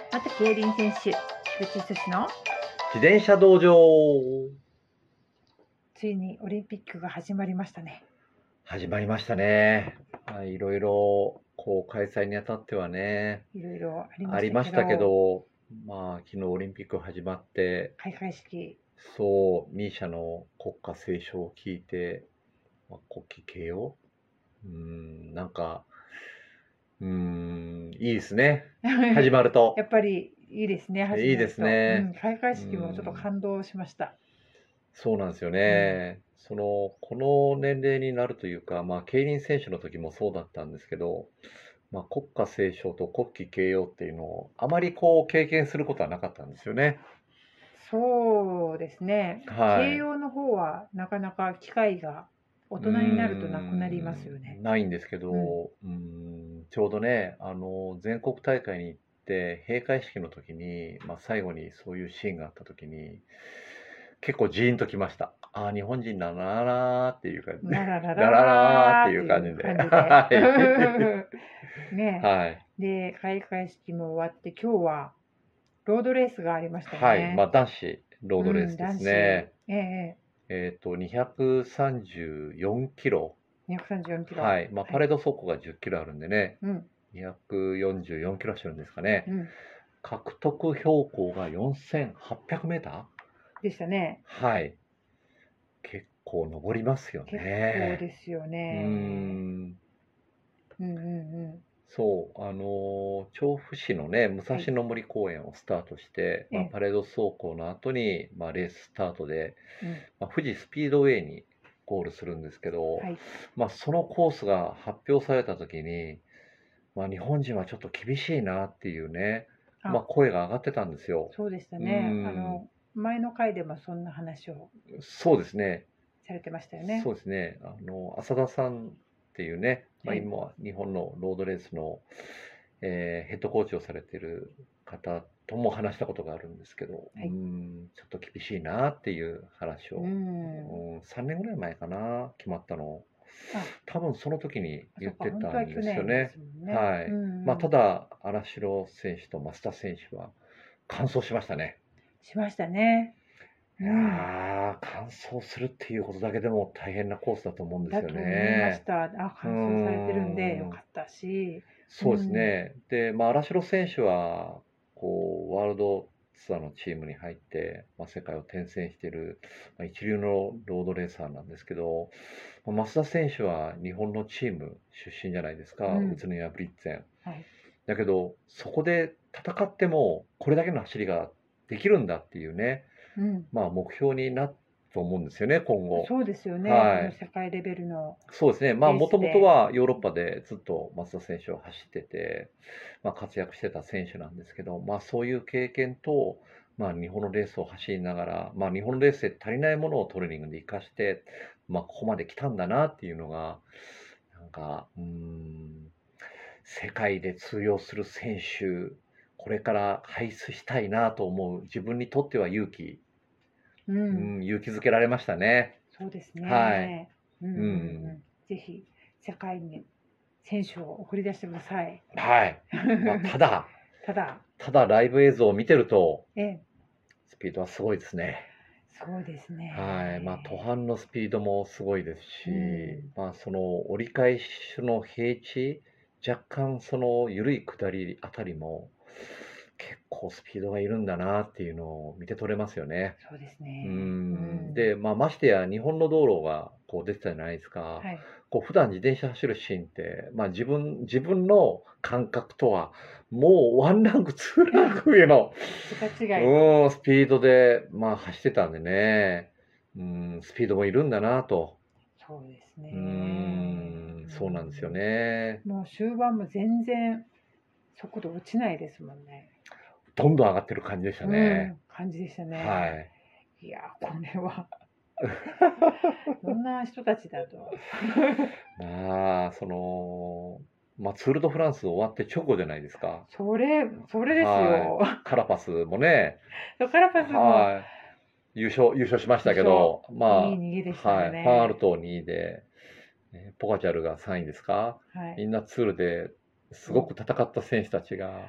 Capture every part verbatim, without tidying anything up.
元競輪選手、菊池寿の自転車道場。 ついにオリンピックが始まりましたね。 始まりましたね。まあ、いろいろこう開催にあたってはね、 いろいろありまあしたけりましたけど、 ど、まあ昨日オリンピック始まって、 開会式、 そうミーシャの国歌斉唱を聞いて、まあ、国旗掲揚、うーんなんかうーんいいですね。始まるとやっぱりいいですね、始いいですまると。うね。 ん、開会う式もちょっとん感動しました。 そうなんですようん、 ね。その、この年齢になるというか、まあ、競輪選手の時もそうだったんですけど、まあ、国歌斉唱と国旗掲揚っていうのをあまりこう経験することはなかったんですよね。 そうですね。 はい。 慶応の方はなかなか機会が大うー人になるとなくなりますよね。 ん、ないんですけうん、 ど、うーん、ちょうどね、あの、全国大会に行って、閉会式の時に、まあ、最後にそういうシーンがあった時に、結構ジーンときました。ああ、日本人だなーっていう感じで、 ララララララーっていうラーっていう感じで、 感じで。 はい。 ね。 はい。 で、開会式も終わって、今日はロードレースがありましたはい。まあ、 ね。 男子ローうん、 ドレースで男子、 すね。 ええ、 えっと、にひゃくさんじゅうよんキロ。 にひゃくさんじゅうよんキロ。 はい。まあ、 はい。 パレード走行がじゅっキロあるんでね、 うん、 にひゃくよんじゅうよんキロ走るんですかね。 うん。 獲得標高がよんせんはっぴゃくメーター。 でしたね。 はい。結構登りますよ結構ね。 ですようーね。 ん。 うんうんうん。 そう、あの、調布市のね、武蔵はい。 野森公園をスタートして、まあ、 ええ、 パレード走行の後に、まあ、レーススタートで、 うん。 まあ、富士スピードウェイにゴールするんですけど、 はい。 まあ、そのコースが発表された時に、まあ、日本人はちょっと厳しいなっていうね、まあ、 あ、 声が上がってたんですよ。 そうでしたうーね。あん、 の、前の回でもそんな話をそうですね。 されてましたよね。 そうですね。あの、浅田さんっていうね、まあ、 はい。 今は日本のロードレースの、えーヘッドコーチをされてる方とも話したことがあるんですけど、うーはい。 ん、ちょっと厳しいなっていう話うを、 ん。 うん、さんねんぐらい前かな、決まったの。 あ、 多分その時にあ、そっか、 言って本当はたんですよ去年でね。 すもんね。 はい。まあ、 うんうん。 ただ、荒城選手と増田選手は完走しましたね。 しましたね。 いうん。 やー、完走するっていうことだけでも大変なコースだと思うんですだよと思いましね。 た。あ、 うー完走されてるんでよかん。 ったし、うそうですん、 ね。で、まあ、荒城選手は、こう、ワールドツアーのチームに入って、まあ、世界を転戦している、まあ、一流のロードレーサーなんですけど、まあ増田選手は日本のチーム出身じゃないですか、宇うん、 都宮ブリッツェン。 はい、 だけど、そこで戦っても、これだけの走りができるんだっていうね、 うん。 まあ、目標になると思うんですよね、今後。 そうですよね。あのはい。 世界レベルのそうですね。まあ、 レーもともとスで。 はヨーロッパでずっと松田選手は走ってて、まあ、活躍してた選手なんですけど、まあ、そういう経験と、まあ、日本のレースを走りながら、まあ、日本のレースで足りないものをトレーニングで生かして、まあ、ここまで来たんだなっていうのが、なんか、うーん、世界で通用する選手、これから輩出したいなと思う、自分にとっては勇気、 うん、 うん、勇気づけられましたね。 そうですはい。 ね。うんうんうん。 うん。ぜひ世界に選手を送り出してください。 はい。まあ、ただ、 ただ、 ただライブ映像を見てると、 ええ、 スピードはすごいですね。 そうですはい。まあ、途ね。 半のスピードもすごいですうし、 ん、 まあ、その折り返しの平地、若干その緩い下りあたりも、結構スピードがいるんだなっていうのを見て取れますよね。 そうですうね。うん。 ん、 で、まあ、ましてや日本の道路がこう出てたじゃないですか。 はい。 こう普段自転車走るシーンって、まあ、自分自分の感覚とはもうワンランク、ツーランク上の、 桁違い。 うん、スピードで、まあ、走ってたんでね。うん、スピードもいるんだなと。 そうですうーね。 ん、 うそうなんですよん。 ね。 もう終盤も全然速度落ちないですもんね。 どんどん上がってる感じでしたうね。 ん、感じでしたね。 はい。 いや、これはどんな人たちだと。 まあ、その、まあ、ツール・ド・フランス終わって直後じゃないですか。 それ、それですはい。 よ。 カラパスもね、 だからパスもはい。優勝、優勝しまし優勝、 たけど、 いいま逃げであ、 したよはい。ファンアルね。 トにいで、えポガチャルがさんいですか。 はい。 みんなツールですごもく戦った選手たちが、 う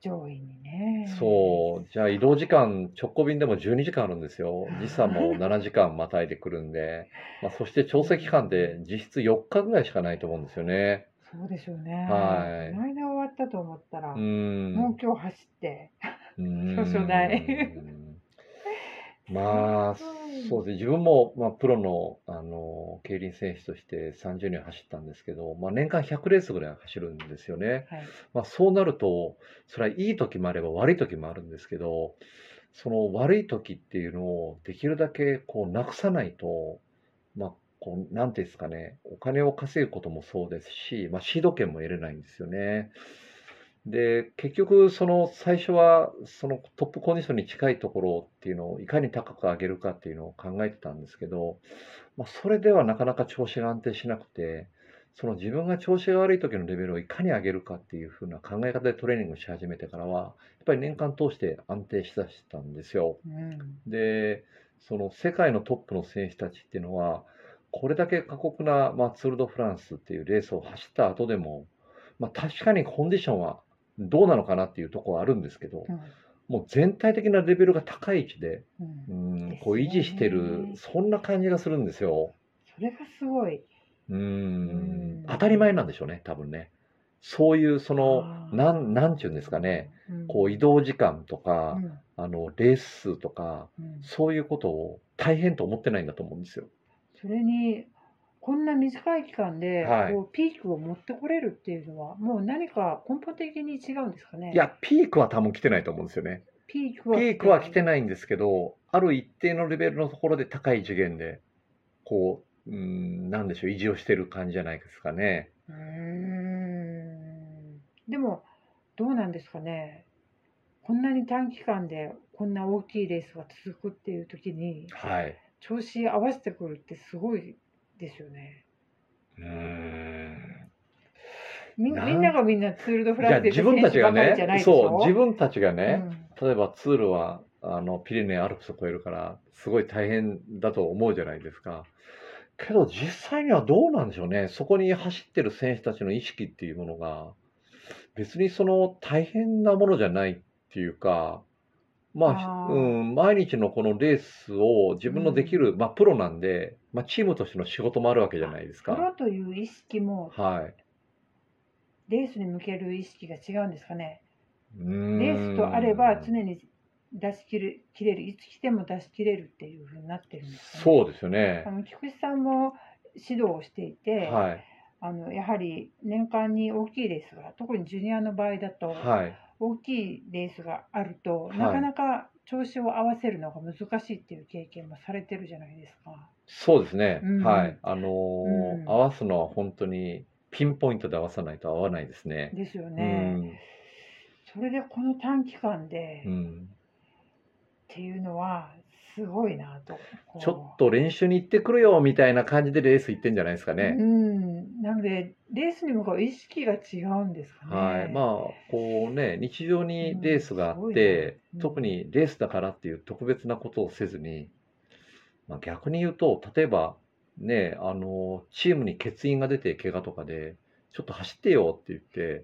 上位にね。 そう、じゃあ移動時間、直行便でもじゅうにじかんあるんですよ。時差もななじかんまたいでくるんで、まあ、そして調整期間で実質よっかぐらいしかないと思うんですよね。 そうでしょうね。 はい。 この間終わったと思ったうら、 ーん。 もう今日走ってうー表彰台。 ん。まあ、 すごい。 そうですね。自分も、まあ、プロの、あの、競輪選手としてさんじゅうねん走ったんですけど、まあ、年間ひゃくレースぐらい走るんですよね。 はい。 まあ、そうなると、それはいい時もあれば悪い時もあるんですけど、その悪い時っていうのをできるだけこうなくさないと、まあ、こう、なんていうんですかね、お金を稼ぐこともそうですし、まあ、シード権も得れないんですよね。で、結局その最初はそのトップコンディションに近いところっていうのをいかに高く上げるかっていうのを考えてたんですけど、まあ、それではなかなか調子が安定しなくて、その自分が調子が悪い時のレベルをいかに上げるかっていう風な考え方でトレーニングし始めてからは、やっぱり年間通して安定しだしたんですよ。 うん。 で、その世界のトップの選手たちっていうのは、これだけ過酷な、まあ、ツール・ド・フランスっていうレースを走った後でも、まあ、確かにコンディションはどうなのかなっていうところはあるんですけど、 うん。 もう全体的なレベルが高い位置で、 うん。 うん、 ですこう維持よしてる、 ね。 そんな感じがするんですよ。 それがすごい。 うーうん、当たり前ん。 なんでしょうね、多分ね。そういうその、なんあなんちゅうんですかね、 あ。うこう移ん。 動時間とか、 うん。 あの、レース数とか、 うん。 そういうことを大変と思ってないんだと思うんですよ。 それに、こんな短い期間で、 はい。 こうピークを持ってこれるっていうのは、もう何か根本的に違うんですかね？ いや、ピークは多分来てないと思うんですよね。 ピークは来ピークは来てない。 てないんですけど、ある一定のレベルのところで高い次元で、こう、うーん、なんでしょう、維持をしてる感じじゃないですかね。 うーん。でも、どうなんですかね。こんなに短期間でこんな大きいレースが続くっていう時に、 はい。 調子合わせてくるってすごいですよね。 うーん。 みみんなんながみんなツール・ド・フラじゃあンス出た自分たちが選手ばかりじゃね、 ないでしそう、自ょ？ 分たちがね、 うん。 例えばツールは、あの、ピレネアルプスを越えるから、すごい大変だと思うじゃないですか。けど実際にはどうなんでしょうね。そこに走ってる選手たちの意識っていうものが、別にその大変なものじゃないっていうか、まあ、うああ、 ん、毎日のこのレースを自う分のできん。 る、まあ、プロなんで、まあ、チームとしての仕事もあるわけじゃあ、 ないですか。 プロという意識も、 はい。 レースに向ける意識が違うんですかね。 うーレースとあればん。 常に出し切る切れる、いつ来ても出し切れるっていう風になってるんですかね。 そうですよね。 あの、菊池さんも指導をしていて、 はい。 あの、やはり年間に大きいレースが、特にジュニアの場合だと、 はい。 大きいレースがあると、なかはい。 なか調子を合わせるのが難しいっていう経験もされてるじゃないですか。 そうですね。はい。 うんあうん。 の、 うん。 合わすのは本当にピンポイントで合わさないと合わないですね。 ですようね。 ん。 それでこの短期間でうん。 っていうのはすごいなと。 ちょっこと練習に行ってくるよみたいな感じでレース行ってんじゃないですかう、うね。 ん、なので、レースに向かう意識が違うんですかはい。まあ、 ね。 こうね、日常にレーうん、 スがあっすごいな。 て、 うん。 特にレースだからっていう特別なことをせずに、まあ、逆に言うと、例えば、ね、あの、チームに欠員が出て怪我とかで、ちょっと走ってよって言って、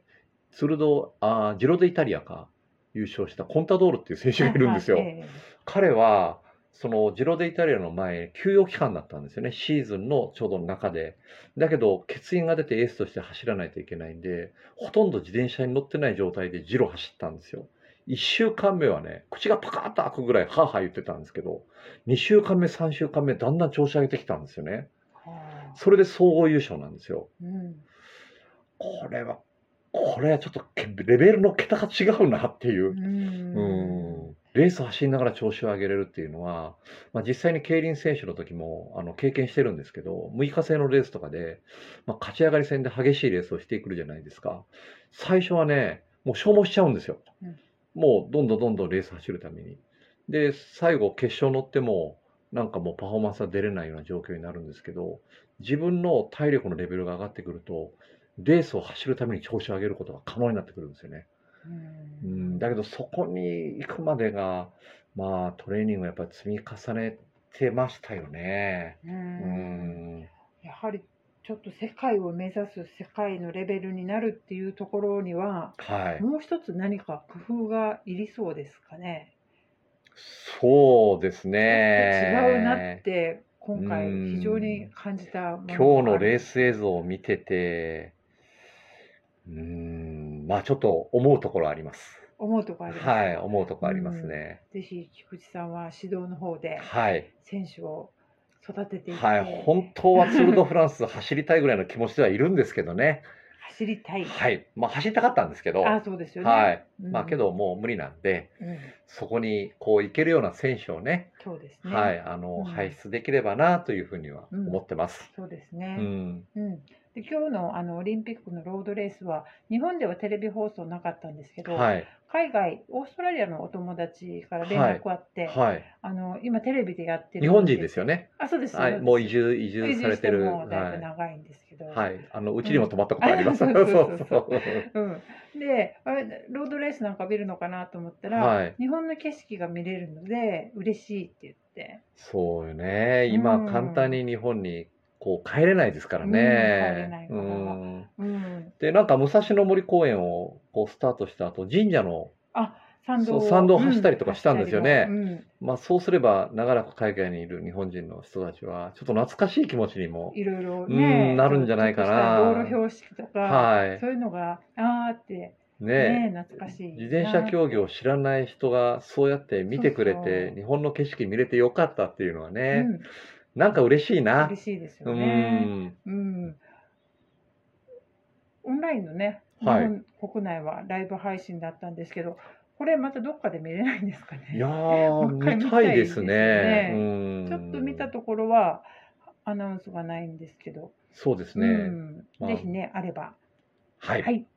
ツールド、あージロデイタリアか、優勝したコンタドールっていう選手がいるんはいはい、えですよ。 え。 彼は、そのジロデイタリアの前、休養期間だったんですよね。シーズンのちょうど中で。だけど、欠員が出てエースとして走らないといけないんで、ほとんど自転車に乗ってない状態でジロ走ったんですよ。いっしゅうかんめはね、口がパカーッと開くぐらいハーハー言ってたんですけど、にしゅうかんめ、さんしゅうかんめ、だんだん調子上げてきたんですよね。 はあ。 それで総合優勝なんですよ。 うん。 これは、これはちょっとけレベルの桁が違うなっていうう。うん。 ん。レースを走りながら調子を上げれるっていうのは、まあ、実際に競輪選手の時もあの経験してるんですけど、むいか制のレースとかで、まあ、勝ち上がり戦で激しいレースをしてくるじゃないですか。最初はね、もう消耗しちゃうんですよ。 うん。 もうどんどんどんどんレース走るために。で、最後決勝乗っても、なんかもうパフォーマンスは出れないような状況になるんですけど、自分の体力のレベルが上がってくると、レースを走るために調子を上げることが可能になってくるんですよね。 ううん、だん。 けどそこに行くまでが、まあ、トレーニングをやっぱり積み重ねてましたよね。 ううん。 ん。 やはりちょっと世界を目指す世界のレベルになるっていうところには、 はい。 もう一つ何か工夫がいりそうですかね。 そうですちょっと違うなっね。 て、 う今回非常にん。 感じたもの今日のがあるんですレース映けど。 像を見てて、うーん、まあちょっと思うところあります。 思うとこありますはい、 か？ 思うとこうありますん。 ね。 ぜひ菊池さんは指導の方ではい。 選手を育てていっはい、 て本当はツール・ド・フランス走りたいぐらいの気持ちではいるんですけどね。 走りたい。 はい。まあ走りたかったんですけあど、 あ、そうですよね。 はい。 うんまあけどもう無理なんで、 うん。うん。 そこにこう行けるような選手をね、 そうですね。 はい、あの、 うん。 輩出できればなというふうにはうん。 思ってます。 そうですうね。 ん。 うん。で、今日のあのオリンピックのロードレースは、日本ではテレビ放送なかったんですけど、 はい。 海外、オーストラリアのお友達から連はい。 絡あって、 はい。 あの、今テレビでやってる日本人んですよ。 ですよね。 あ、そうです、そはい。 うです。 もう移住移住移住してされてる。 もうだいぶはい。 長いんですけど、 はい。あの、うちにもうん。 泊まったことあります。 そうそそううそうそそう。 う。 うん。で、あれ、ロードレースなんか見るのかなと思ったら、 はい。 日本の景色が見れるので嬉しいって言って。 そうよね。 う今簡単ん。 に日本にこう帰れないですからうん、帰れね。うないから。 ん。 うん。 で、なんか武蔵野森公園をこうスタートした後、神社のあ、参道そう、参道を、 を走っうん、 たりとかしたん走ったりも、うですよね。 ん、 まあ、そうすれば、長らく海外にいる日本人の人たちは、ちょっと懐かしい気持ちにも、 いろいろうーん、 ね、 なそう、ちょっるんじゃないかとした道路な。 標識とか、 はい。 そういうのが、ああってねね、懐かし自い転車競技をなって。 知らない人がそうやって見そうてくれて、 そ日本の景色見れてよかったっていうのはう。うね、 ん、 なんか嬉しいな。 嬉しいですようーね。 ん。 うん。オンラインのね、日はい。 本国内はライブ配信だったんですけど、これまたどっかで見れないんですかいやね。もー、 う一回見見たいですたいですよね。うーね。ちょっと見たん。 ところはアナウンスがないんですけど、 そうですうね。 ん、ぜまあ、 ひね、あれば。 はい。 はい。